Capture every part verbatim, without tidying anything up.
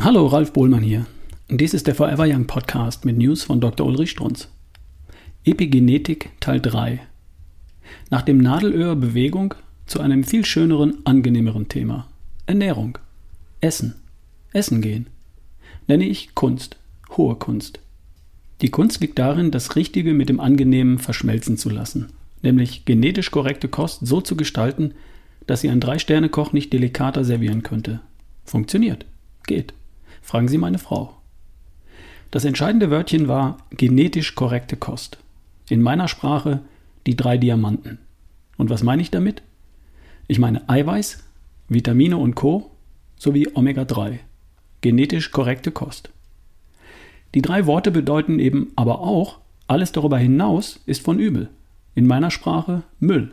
Hallo, Ralf Bohlmann hier. Dies ist der Forever Young Podcast mit News von Doktor Ulrich Strunz. Epigenetik Teil drei. Nach dem Nadelöhr Bewegung zu einem viel schöneren, angenehmeren Thema. Ernährung. Essen. Essen gehen. Nenne ich Kunst. Hohe Kunst. Die Kunst liegt darin, das Richtige mit dem Angenehmen verschmelzen zu lassen. Nämlich genetisch korrekte Kost so zu gestalten, dass sie ein Drei-Sterne-Koch nicht delikater servieren könnte. Funktioniert. Geht. Fragen Sie meine Frau. Das entscheidende Wörtchen war genetisch korrekte Kost. In meiner Sprache die drei Diamanten. Und was meine ich damit? Ich meine Eiweiß, Vitamine und Co. sowie Omega drei. Genetisch korrekte Kost. Die drei Worte bedeuten eben aber auch, alles darüber hinaus ist von übel. In meiner Sprache Müll.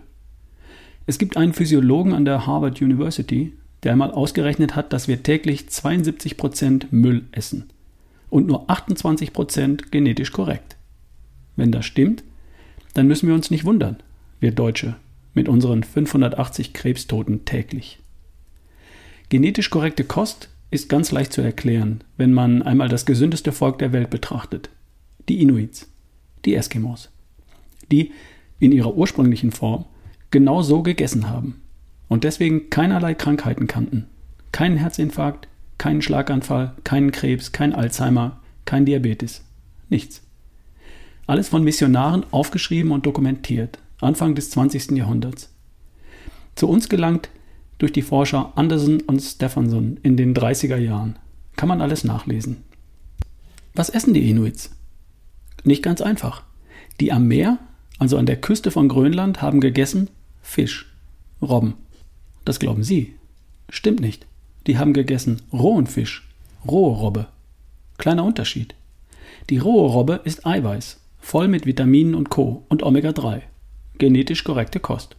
Es gibt einen Physiologen an der Harvard University, der einmal ausgerechnet hat, dass wir täglich zweiundsiebzig Prozent Müll essen und nur achtundzwanzig Prozent genetisch korrekt. Wenn das stimmt, dann müssen wir uns nicht wundern, wir Deutsche, mit unseren fünfhundertachtzig Krebstoten täglich. Genetisch korrekte Kost ist ganz leicht zu erklären, wenn man einmal das gesündeste Volk der Welt betrachtet. Die Inuits, die Eskimos, die in ihrer ursprünglichen Form genau so gegessen haben. Und deswegen keinerlei Krankheiten kannten. Keinen Herzinfarkt, keinen Schlaganfall, keinen Krebs, kein Alzheimer, kein Diabetes. Nichts. Alles von Missionaren aufgeschrieben und dokumentiert, Anfang des zwanzigsten Jahrhunderts. Zu uns gelangt durch die Forscher Anderson und Stephenson in den dreißiger Jahren. Kann man alles nachlesen. Was essen die Inuits? Nicht ganz einfach. Die am Meer, also an der Küste von Grönland, haben gegessen Fisch, Robben. Das glauben Sie. Stimmt nicht. Die haben gegessen rohen Fisch, rohe Robbe. Kleiner Unterschied. Die rohe Robbe ist Eiweiß, voll mit Vitaminen und Co. und Omega drei. Genetisch korrekte Kost.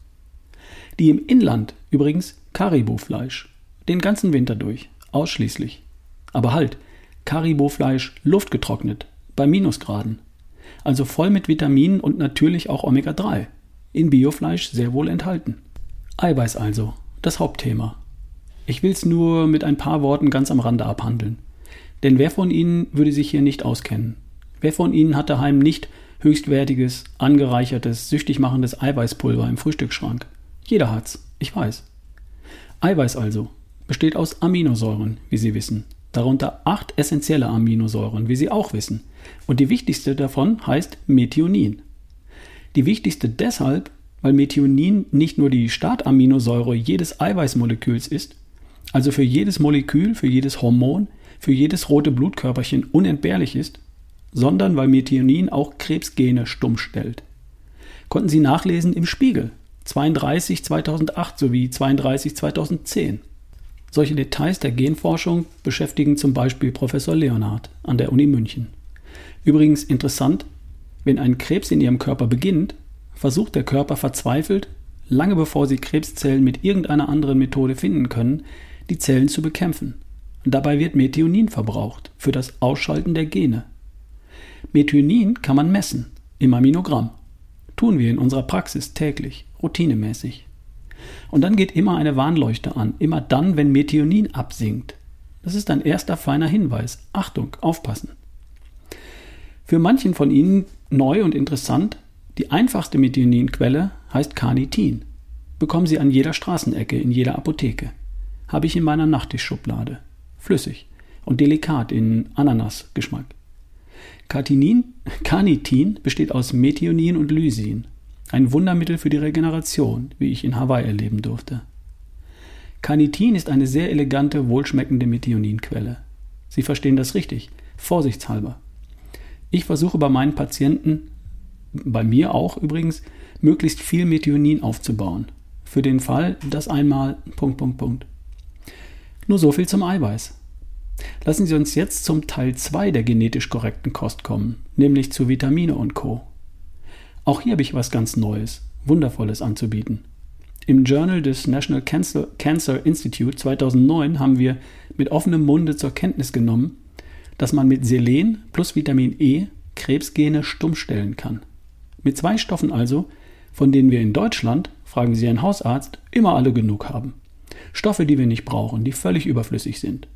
Die im Inland übrigens Karibufleisch. Den ganzen Winter durch. Ausschließlich. Aber halt, Karibufleisch luftgetrocknet. Bei Minusgraden. Also voll mit Vitaminen und natürlich auch Omega drei. In Biofleisch sehr wohl enthalten. Eiweiß also. Das Hauptthema. Ich will es nur mit ein paar Worten ganz am Rande abhandeln. Denn wer von Ihnen würde sich hier nicht auskennen? Wer von Ihnen hat daheim nicht höchstwertiges, angereichertes, süchtig machendes Eiweißpulver im Frühstücksschrank? Jeder hat's, ich weiß. Eiweiß also besteht aus Aminosäuren, wie Sie wissen. Darunter acht essentielle Aminosäuren, wie Sie auch wissen. Und die wichtigste davon heißt Methionin. Die wichtigste deshalb, weil Methionin nicht nur die Startaminosäure jedes Eiweißmoleküls ist, also für jedes Molekül, für jedes Hormon, für jedes rote Blutkörperchen unentbehrlich ist, sondern weil Methionin auch Krebsgene stumm stellt. Konnten Sie nachlesen im Spiegel, zweiunddreißig zweitausendacht sowie zweiunddreißig zweitausendzehn. Solche Details der Genforschung beschäftigen zum Beispiel Professor Leonhardt an der Uni München. Übrigens interessant, wenn ein Krebs in Ihrem Körper beginnt, versucht der Körper verzweifelt, lange bevor sie Krebszellen mit irgendeiner anderen Methode finden können, die Zellen zu bekämpfen. Dabei wird Methionin verbraucht für das Ausschalten der Gene. Methionin kann man messen, im Aminogramm. Tun wir in unserer Praxis täglich, routinemäßig. Und dann geht immer eine Warnleuchte an, immer dann, wenn Methionin absinkt. Das ist ein erster feiner Hinweis. Achtung, aufpassen. Für manchen von Ihnen neu und interessant: Die einfachste Methioninquelle heißt Carnitin. Bekommen Sie an jeder Straßenecke, in jeder Apotheke. Habe ich in meiner Nachttischschublade. Flüssig und delikat in Ananasgeschmack. Carnitin, Carnitin besteht aus Methionin und Lysin. Ein Wundermittel für die Regeneration, wie ich in Hawaii erleben durfte. Carnitin ist eine sehr elegante, wohlschmeckende Methioninquelle. Sie verstehen das richtig, vorsichtshalber. Ich versuche bei meinen Patienten, bei mir auch übrigens, möglichst viel Methionin aufzubauen. Für den Fall, dass einmal... Punkt, Punkt, Punkt. Nur so viel zum Eiweiß. Lassen Sie uns jetzt zum Teil zwei der genetisch korrekten Kost kommen, nämlich zu Vitamine und Co. Auch hier habe ich was ganz Neues, Wundervolles anzubieten. Im Journal des National Cancer, Cancer Institute zweitausendneun haben wir mit offenem Munde zur Kenntnis genommen, dass man mit Selen plus Vitamin E Krebsgene stumm stellen kann. Mit zwei Stoffen also, von denen wir in Deutschland, fragen Sie einen Hausarzt, immer alle genug haben. Stoffe, die wir nicht brauchen, die völlig überflüssig sind.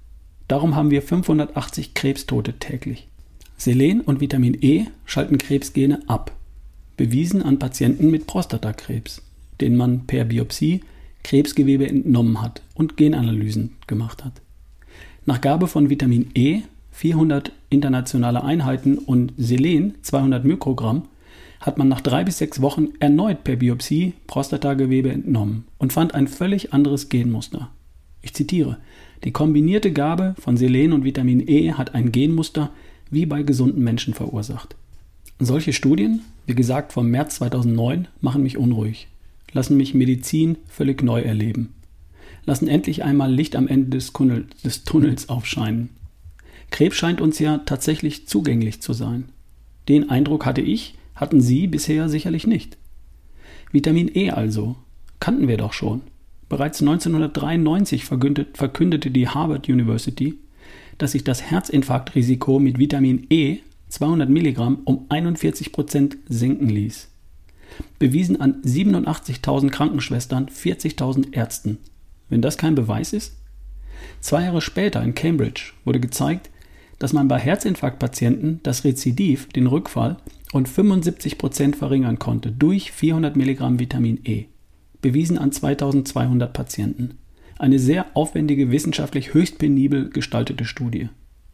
Darum haben wir fünfhundertachtzig Krebstote täglich. Selen und Vitamin E schalten Krebsgene ab. Bewiesen an Patienten mit Prostatakrebs, denen man per Biopsie Krebsgewebe entnommen hat und Genanalysen gemacht hat. Nach Gabe von Vitamin E, vierhundert internationale Einheiten, und Selen, zweihundert Mikrogramm, hat man nach drei bis sechs Wochen erneut per Biopsie Prostatagewebe entnommen und fand ein völlig anderes Genmuster. Ich zitiere: Die kombinierte Gabe von Selen und Vitamin E hat ein Genmuster wie bei gesunden Menschen verursacht. Solche Studien, wie gesagt vom März zweitausendneun, machen mich unruhig, lassen mich Medizin völlig neu erleben, lassen endlich einmal Licht am Ende des, Tunnel, des Tunnels aufscheinen. Krebs scheint uns ja tatsächlich zugänglich zu sein. Den Eindruck hatte ich, hatten Sie bisher sicherlich nicht. Vitamin E also, kannten wir doch schon. Bereits neunzehnhundertdreiundneunzig verkündete die Harvard University, dass sich das Herzinfarktrisiko mit Vitamin E, zweihundert Milligramm, um einundvierzig Prozent senken ließ. Bewiesen an siebenundachtzigtausend Krankenschwestern, vierzigtausend Ärzten. Wenn das kein Beweis ist? Zwei Jahre später in Cambridge wurde gezeigt, dass man bei Herzinfarktpatienten das Rezidiv, den Rückfall, um fünfundsiebzig Prozent verringern konnte durch vierhundert Milligramm Vitamin E. Bewiesen an zweitausendzweihundert Patienten. Eine sehr aufwendige, wissenschaftlich höchst penibel gestaltete Studie.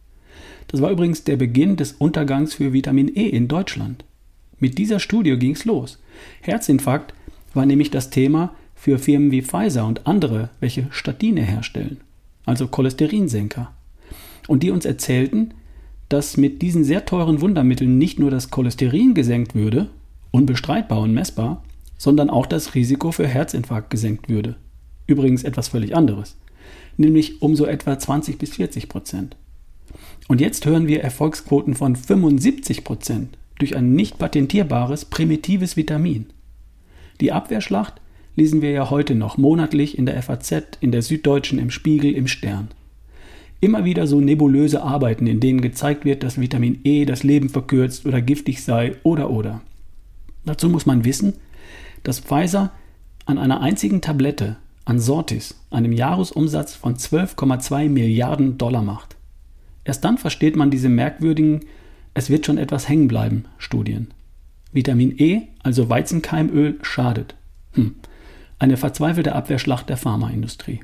Das war übrigens der Beginn des Untergangs für Vitamin E in Deutschland. Mit dieser Studie ging es los. Herzinfarkt war nämlich das Thema für Firmen wie Pfizer und andere, welche Statine herstellen, also Cholesterinsenker. Und die uns erzählten, dass mit diesen sehr teuren Wundermitteln nicht nur das Cholesterin gesenkt würde, unbestreitbar und messbar, sondern auch das Risiko für Herzinfarkt gesenkt würde. Übrigens etwas völlig anderes, nämlich um so etwa zwanzig bis vierzig Prozent. Und jetzt hören wir Erfolgsquoten von fünfundsiebzig Prozent durch ein nicht patentierbares, primitives Vitamin. Die Abwehrschlacht lesen wir ja heute noch monatlich in der F A Z, in der Süddeutschen, im Spiegel, im Stern. Immer wieder so nebulöse Arbeiten, in denen gezeigt wird, dass Vitamin E das Leben verkürzt oder giftig sei oder oder. Dazu muss man wissen, dass Pfizer an einer einzigen Tablette, an Sortis, einem Jahresumsatz von zwölf Komma zwei Milliarden Dollar macht. Erst dann versteht man diese merkwürdigen "Es wird schon etwas hängen bleiben" Studien. Vitamin E, also Weizenkeimöl, schadet. Hm. Eine verzweifelte Abwehrschlacht der Pharmaindustrie.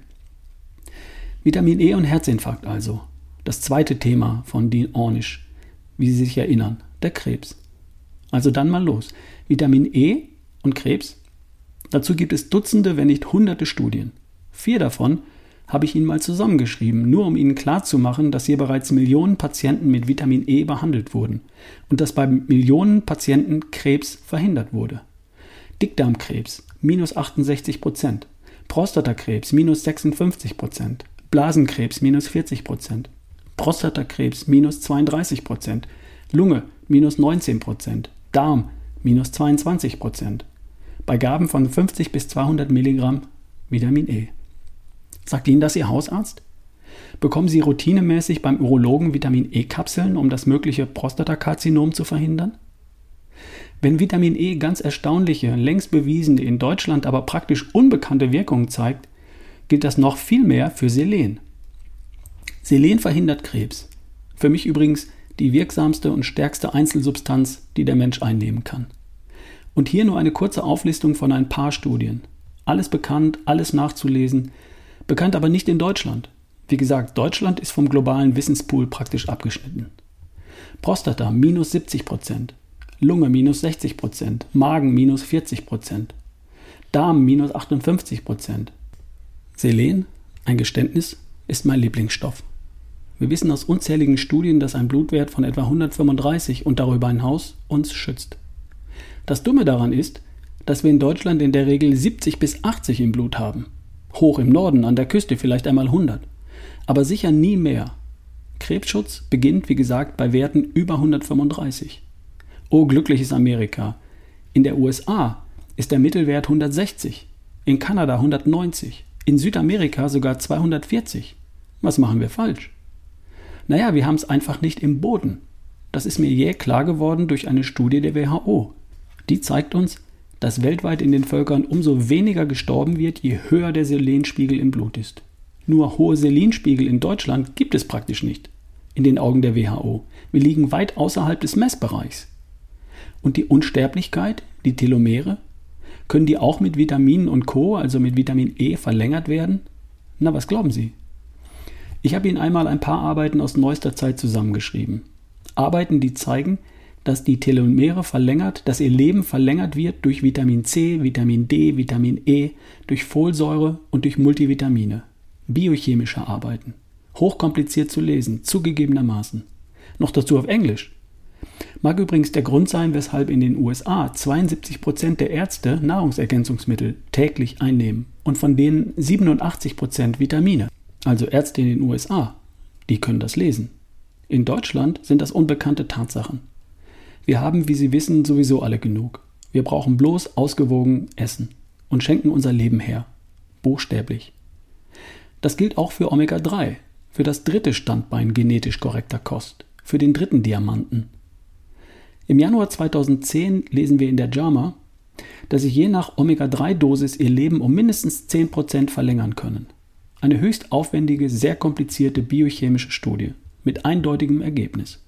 Vitamin E und Herzinfarkt also. Das zweite Thema von Dean Ornish, wie Sie sich erinnern, der Krebs. Also dann mal los. Vitamin E und Krebs. Dazu gibt es Dutzende, wenn nicht Hunderte Studien. Vier davon habe ich Ihnen mal zusammengeschrieben, nur um Ihnen klarzumachen, dass hier bereits Millionen Patienten mit Vitamin E behandelt wurden und dass bei Millionen Patienten Krebs verhindert wurde. Dickdarmkrebs, minus achtundsechzig Prozent. Prostatakrebs, minus sechsundfünfzig Prozent. Blasenkrebs, minus vierzig Prozent. Prostatakrebs, minus zweiunddreißig Prozent. Lunge, minus neunzehn Prozent. Darm, minus zweiundzwanzig Prozent. Bei Gaben von fünfzig bis zweihundert Milligramm Vitamin E. Sagt Ihnen das Ihr Hausarzt? Bekommen Sie routinemäßig beim Urologen Vitamin E-Kapseln, um das mögliche Prostatakarzinom zu verhindern? Wenn Vitamin E ganz erstaunliche, längst bewiesene, in Deutschland aber praktisch unbekannte Wirkungen zeigt, gilt das noch viel mehr für Selen. Selen verhindert Krebs. Für mich übrigens die wirksamste und stärkste Einzelsubstanz, die der Mensch einnehmen kann. Und hier nur eine kurze Auflistung von ein paar Studien. Alles bekannt, alles nachzulesen, bekannt aber nicht in Deutschland. Wie gesagt, Deutschland ist vom globalen Wissenspool praktisch abgeschnitten. Prostata minus siebzig Prozent, Lunge minus sechzig Prozent, Magen minus vierzig Prozent, Darm minus achtundfünfzig Prozent. Selen, ein Geständnis, ist mein Lieblingsstoff. Wir wissen aus unzähligen Studien, dass ein Blutwert von etwa hundertfünfunddreißig und darüber hinaus uns schützt. Das Dumme daran ist, dass wir in Deutschland in der Regel siebzig bis achtzig im Blut haben. Hoch im Norden, an der Küste vielleicht einmal hundert. Aber sicher nie mehr. Krebsschutz beginnt, wie gesagt, bei Werten über hundertfünfunddreißig. Oh, glückliches Amerika. In der U S A ist der Mittelwert hundertsechzig, in Kanada hundertneunzig, in Südamerika sogar zweihundertvierzig. Was machen wir falsch? Naja, wir haben es einfach nicht im Boden. Das ist mir jäh klar geworden durch eine Studie der W H O. Die zeigt uns, dass weltweit in den Völkern umso weniger gestorben wird, je höher der Selenspiegel im Blut ist. Nur hohe Selinspiegel in Deutschland gibt es praktisch nicht, in den Augen der W H O. Wir liegen weit außerhalb des Messbereichs. Und die Unsterblichkeit, die Telomere, können die auch mit Vitaminen und Co., also mit Vitamin E, verlängert werden? Na, was glauben Sie? Ich habe Ihnen einmal ein paar Arbeiten aus neuester Zeit zusammengeschrieben. Arbeiten, die zeigen, dass die Telomere verlängert, dass ihr Leben verlängert wird durch Vitamin C, Vitamin D, Vitamin E, durch Folsäure und durch Multivitamine. Biochemische Arbeiten. Hochkompliziert zu lesen, zugegebenermaßen. Noch dazu auf Englisch. Mag übrigens der Grund sein, weshalb in den U S A zweiundsiebzig Prozent der Ärzte Nahrungsergänzungsmittel täglich einnehmen und von denen siebenundachtzig Prozent Vitamine. Also Ärzte in den U S A, die können das lesen. In Deutschland sind das unbekannte Tatsachen. Wir haben, wie Sie wissen, sowieso alle genug. Wir brauchen bloß ausgewogen essen und schenken unser Leben her. Buchstäblich. Das gilt auch für Omega drei, für das dritte Standbein genetisch korrekter Kost, für den dritten Diamanten. Im Januar zweitausendzehn lesen wir in der JAMA, dass sich je nach Omega drei Dosis ihr Leben um mindestens zehn Prozent verlängern können. Eine höchst aufwendige, sehr komplizierte biochemische Studie mit eindeutigem Ergebnis.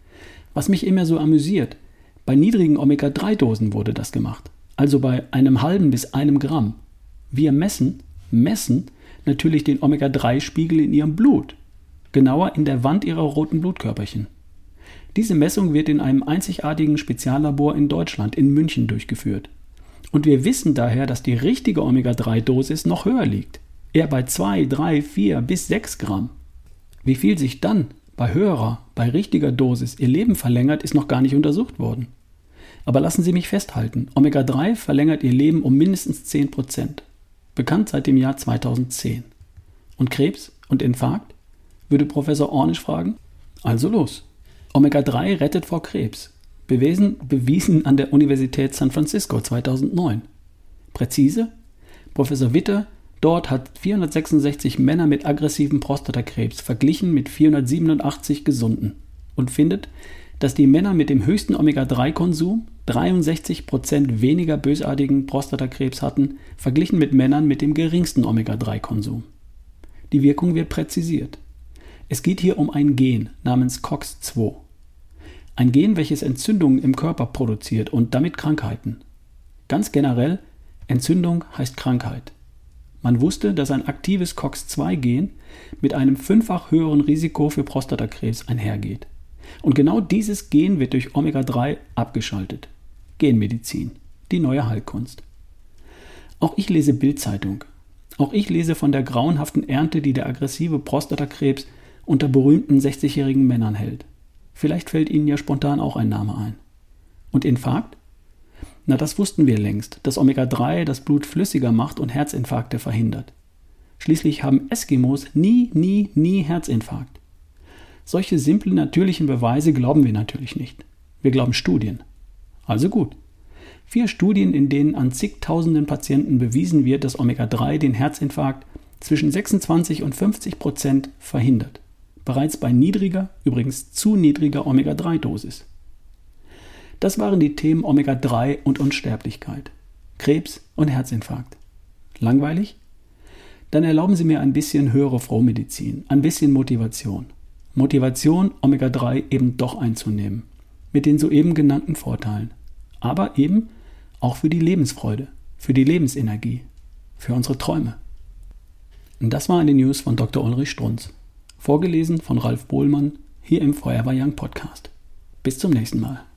Was mich immer so amüsiert, bei niedrigen Omega drei Dosen wurde das gemacht, also bei einem halben bis einem Gramm. Wir messen, messen natürlich den Omega drei Spiegel in ihrem Blut, genauer in der Wand ihrer roten Blutkörperchen. Diese Messung wird in einem einzigartigen Speziallabor in Deutschland, in München, durchgeführt. Und wir wissen daher, dass die richtige Omega drei Dosis noch höher liegt, eher bei zwei, drei, vier bis sechs Gramm. Wie viel sich dann bei höherer, bei richtiger Dosis ihr Leben verlängert, ist noch gar nicht untersucht worden. Aber lassen Sie mich festhalten, Omega drei verlängert ihr Leben um mindestens zehn Prozent. Bekannt seit dem Jahr zweitausendzehn. Und Krebs und Infarkt? Würde Professor Ornisch fragen. Also los. Omega drei rettet vor Krebs. Bewiesen, bewiesen an der Universität San Francisco zweitausendneun. Präzise? Professor Witte dort hat vierhundertsechsundsechzig Männer mit aggressivem Prostatakrebs verglichen mit vierhundertsiebenundachtzig gesunden und findet, dass die Männer mit dem höchsten Omega drei Konsum dreiundsechzig Prozent weniger bösartigen Prostatakrebs hatten, verglichen mit Männern mit dem geringsten Omega drei Konsum. Die Wirkung wird präzisiert. Es geht hier um ein Gen namens C O X zwei. Ein Gen, welches Entzündungen im Körper produziert und damit Krankheiten. Ganz generell, Entzündung heißt Krankheit. Man wusste, dass ein aktives C O X zwei Gen mit einem fünffach höheren Risiko für Prostatakrebs einhergeht. Und genau dieses Gen wird durch Omega drei abgeschaltet. Genmedizin, die neue Heilkunst. Auch ich lese Bild-Zeitung. Auch ich lese von der grauenhaften Ernte, die der aggressive Prostatakrebs unter berühmten sechzigjährigen Männern hält. Vielleicht fällt Ihnen ja spontan auch ein Name ein. Und Infarkt? Na, das wussten wir längst, dass Omega drei das Blut flüssiger macht und Herzinfarkte verhindert. Schließlich haben Eskimos nie, nie, nie Herzinfarkt. Solche simplen, natürlichen Beweise glauben wir natürlich nicht. Wir glauben Studien. Also gut. Vier Studien, in denen an zigtausenden Patienten bewiesen wird, dass Omega drei den Herzinfarkt zwischen sechsundzwanzig und fünfzig Prozent verhindert. Bereits bei niedriger, übrigens zu niedriger Omega drei Dosis. Das waren die Themen Omega drei und Unsterblichkeit, Krebs und Herzinfarkt. Langweilig? Dann erlauben Sie mir ein bisschen höhere Frohmedizin, ein bisschen Motivation. Motivation, Omega drei eben doch einzunehmen, mit den soeben genannten Vorteilen. Aber eben auch für die Lebensfreude, für die Lebensenergie, für unsere Träume. Und das waren die News von Doktor Ulrich Strunz. Vorgelesen von Ralf Bohlmann hier im Forever Young Podcast. Bis zum nächsten Mal.